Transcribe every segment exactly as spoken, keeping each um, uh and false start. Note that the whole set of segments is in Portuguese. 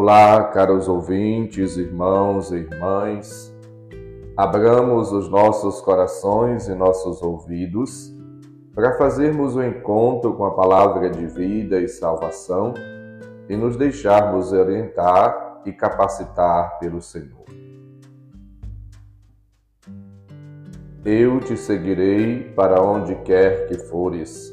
Olá, caros ouvintes, irmãos e irmãs. Abramos os nossos corações e nossos ouvidos para fazermos o encontro com a palavra de vida e salvação e nos deixarmos orientar e capacitar pelo Senhor. Eu te seguirei para onde quer que fores.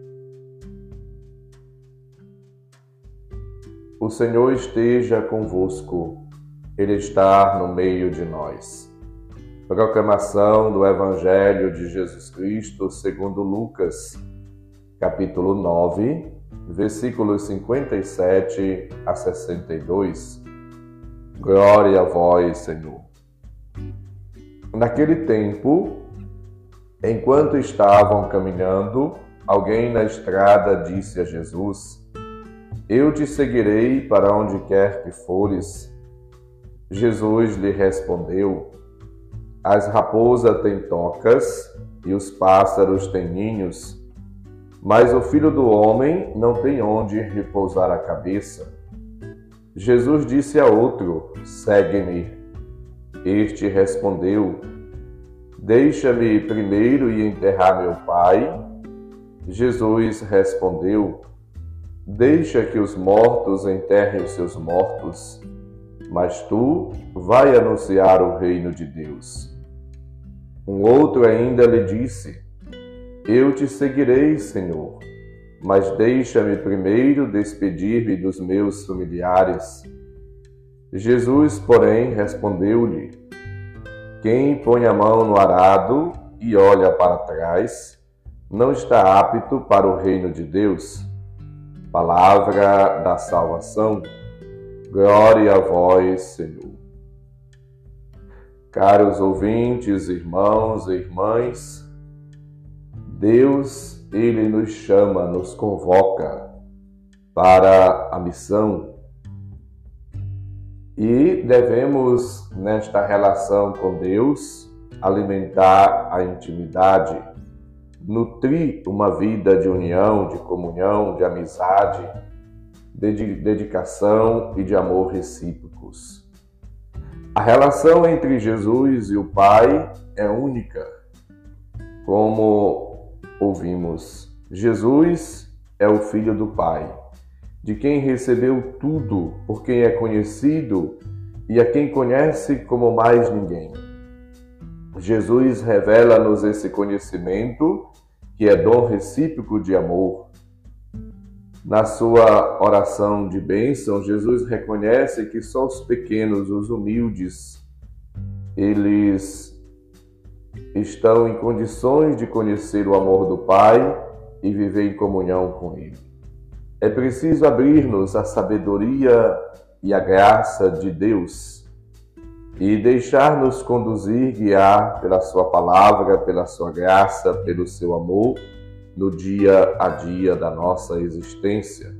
O Senhor esteja convosco, Ele está no meio de nós. Proclamação do Evangelho de Jesus Cristo segundo Lucas, capítulo nove, versículos cinquenta e sete a sessenta e dois. Glória a vós, Senhor. Naquele tempo, enquanto estavam caminhando, alguém na estrada disse a Jesus: Eu te seguirei para onde quer que fores. Jesus lhe respondeu: As raposas têm tocas e os pássaros têm ninhos, mas o Filho do Homem não tem onde repousar a cabeça. Jesus disse a outro: Segue-me. Este respondeu: Deixa-me primeiro ir enterrar meu pai. Jesus respondeu: Deixa que os mortos enterrem os seus mortos, mas tu vai anunciar o reino de Deus. Um outro ainda lhe disse: Eu te seguirei, Senhor, mas deixa-me primeiro despedir-me dos meus familiares. Jesus, porém, respondeu-lhe: Quem põe a mão no arado e olha para trás, não está apto para o reino de Deus. Palavra da salvação, glória a vós, Senhor. Caros ouvintes, irmãos e irmãs, Deus, Ele nos chama, nos convoca para a missão e devemos, nesta relação com Deus, alimentar a intimidade, nutrir uma vida de união, de comunhão, de amizade, de dedicação e de amor recíprocos. A relação entre Jesus e o Pai é única. Como ouvimos, Jesus é o Filho do Pai, de quem recebeu tudo, por quem é conhecido e a quem conhece como mais ninguém. Jesus revela-nos esse conhecimento, que é dom recíproco de amor. Na sua oração de bênção, Jesus reconhece que só os pequenos, os humildes, eles estão em condições de conhecer o amor do Pai e viver em comunhão com Ele. É preciso abrir-nos à sabedoria e à graça de Deus e deixar-nos conduzir, guiar pela sua palavra, pela sua graça, pelo seu amor, no dia a dia da nossa existência.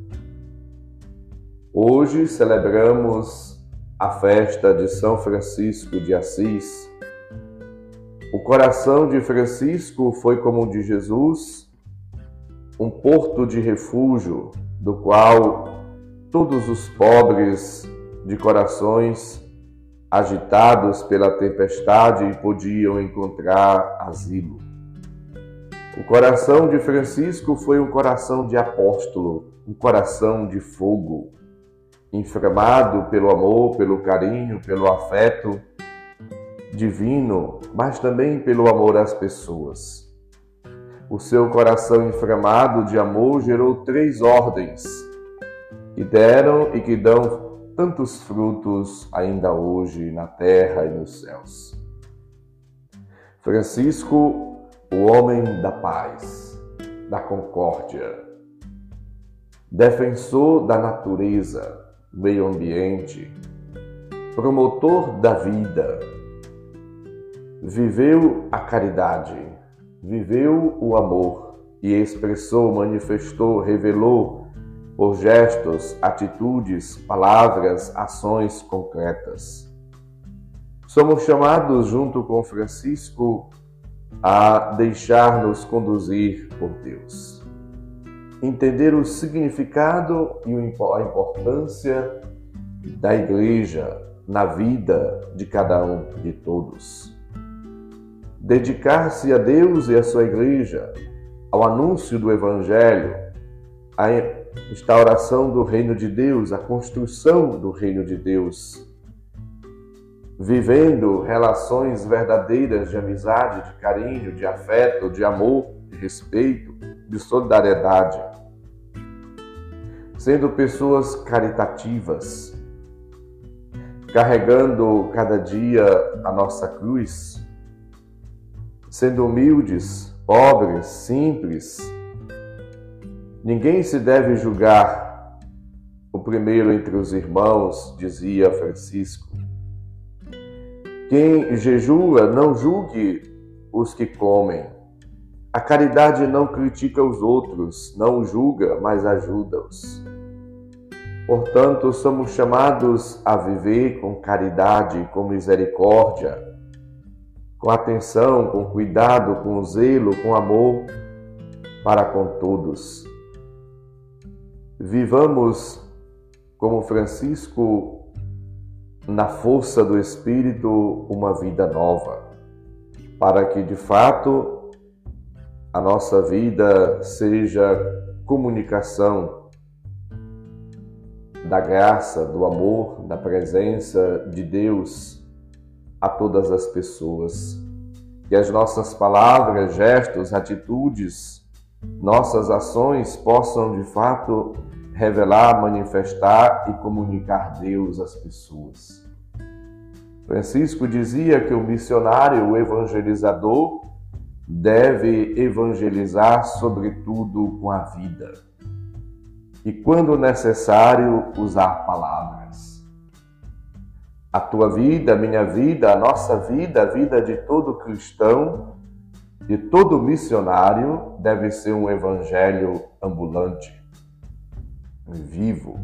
Hoje celebramos a festa de São Francisco de Assis. O coração de Francisco foi, como o de Jesus, um porto de refúgio, do qual todos os pobres de corações agitados pela tempestade podiam encontrar asilo. O coração de Francisco foi um coração de apóstolo, um coração de fogo, inflamado pelo amor, pelo carinho, pelo afeto divino, mas também pelo amor às pessoas. O seu coração inflamado de amor gerou três ordens que deram e que dão tantos frutos ainda hoje na terra e nos céus. Francisco, o homem da paz, da concórdia, defensor da natureza, meio ambiente, promotor da vida, viveu a caridade, viveu o amor e expressou, manifestou, revelou por gestos, atitudes, palavras, ações concretas. Somos chamados, junto com Francisco, a deixar-nos conduzir por Deus. Entender o significado e a importância da Igreja na vida de cada um de todos. Dedicar-se a Deus e a sua Igreja, ao anúncio do Evangelho, à instauração do reino de Deus, à construção do reino de Deus, vivendo relações verdadeiras de amizade, de carinho, de afeto, de amor, de respeito, de solidariedade, sendo pessoas caritativas, carregando cada dia a nossa cruz, sendo humildes, pobres, simples. Ninguém se deve julgar o primeiro entre os irmãos, dizia Francisco. Quem jejua, não julgue os que comem. A caridade não critica os outros, não julga, mas ajuda-os. Portanto, somos chamados a viver com caridade, com misericórdia, com atenção, com cuidado, com zelo, com amor para com todos. Vivamos como Francisco, na força do Espírito, uma vida nova, para que, de fato, a nossa vida seja comunicação da graça, do amor, da presença de Deus a todas as pessoas. Que as nossas palavras, gestos, atitudes, nossas ações possam, de fato, revelar, manifestar e comunicar Deus às pessoas. Francisco dizia que o missionário, o evangelizador, deve evangelizar sobretudo com a vida. E, quando necessário, usar palavras. A tua vida, a minha vida, a nossa vida, a vida de todo cristão, de todo missionário, deve ser um evangelho ambulante, vivo.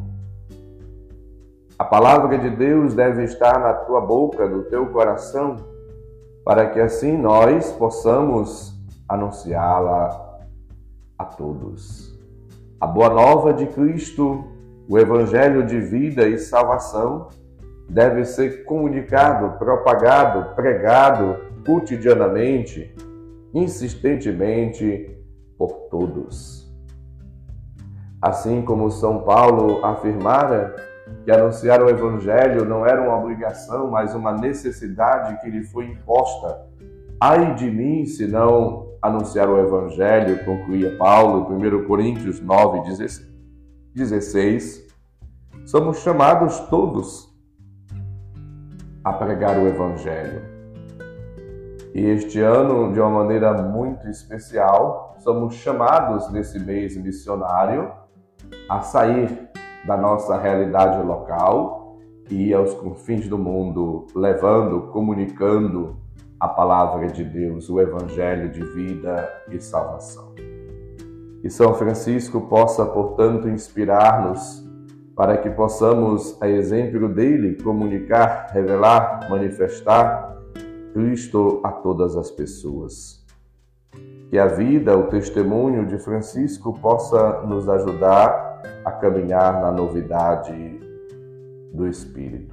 A palavra de Deus deve estar na tua boca, no teu coração, para que assim nós possamos anunciá-la a todos. A boa nova de Cristo, o evangelho de vida e salvação, deve ser comunicado, propagado, pregado cotidianamente, insistentemente por todos. Assim como São Paulo afirmara que anunciar o evangelho não era uma obrigação, mas uma necessidade que lhe foi imposta. Ai de mim, se não anunciar o evangelho, concluía Paulo em primeira Coríntios nove, dezesseis. Somos chamados todos a pregar o evangelho. E este ano, de uma maneira muito especial, somos chamados nesse mês missionário a sair da nossa realidade local e ir aos confins do mundo, levando, comunicando a palavra de Deus, o evangelho de vida e salvação. Que São Francisco possa, portanto, inspirar-nos para que possamos, a exemplo dele, comunicar, revelar, manifestar Cristo a todas as pessoas. Que a vida, o testemunho de Francisco possa nos ajudar a caminhar na novidade do Espírito.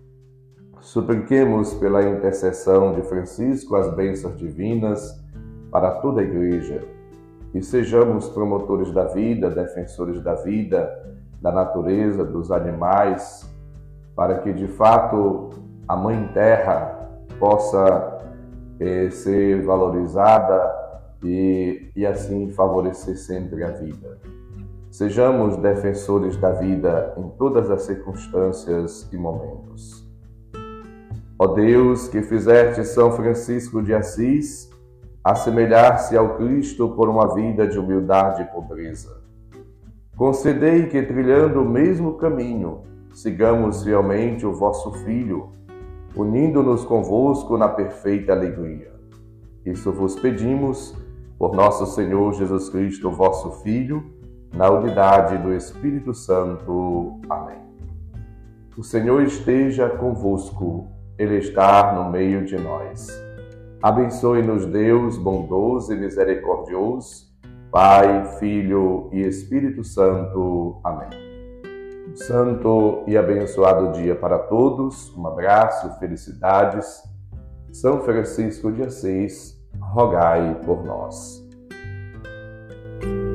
Supliquemos pela intercessão de Francisco as bênçãos divinas para toda a Igreja e sejamos promotores da vida, defensores da vida, da natureza, dos animais, para que de fato a Mãe Terra possa eh, ser valorizada e, e assim favorecer sempre a vida. Sejamos defensores da vida em todas as circunstâncias e momentos. Ó Deus, que fizeste São Francisco de Assis assemelhar-se ao Cristo por uma vida de humildade e pobreza, concedei que, trilhando o mesmo caminho, sigamos fielmente o vosso Filho, unindo-nos convosco na perfeita alegria. Isso vos pedimos por nosso Senhor Jesus Cristo, vosso Filho, na unidade do Espírito Santo. Amém. O Senhor esteja convosco. Ele está no meio de nós. Abençoe-nos Deus, bondoso e misericordioso, Pai, Filho e Espírito Santo. Amém. Santo e abençoado dia para todos. Um abraço, felicidades. São Francisco de Assis, rogai por nós.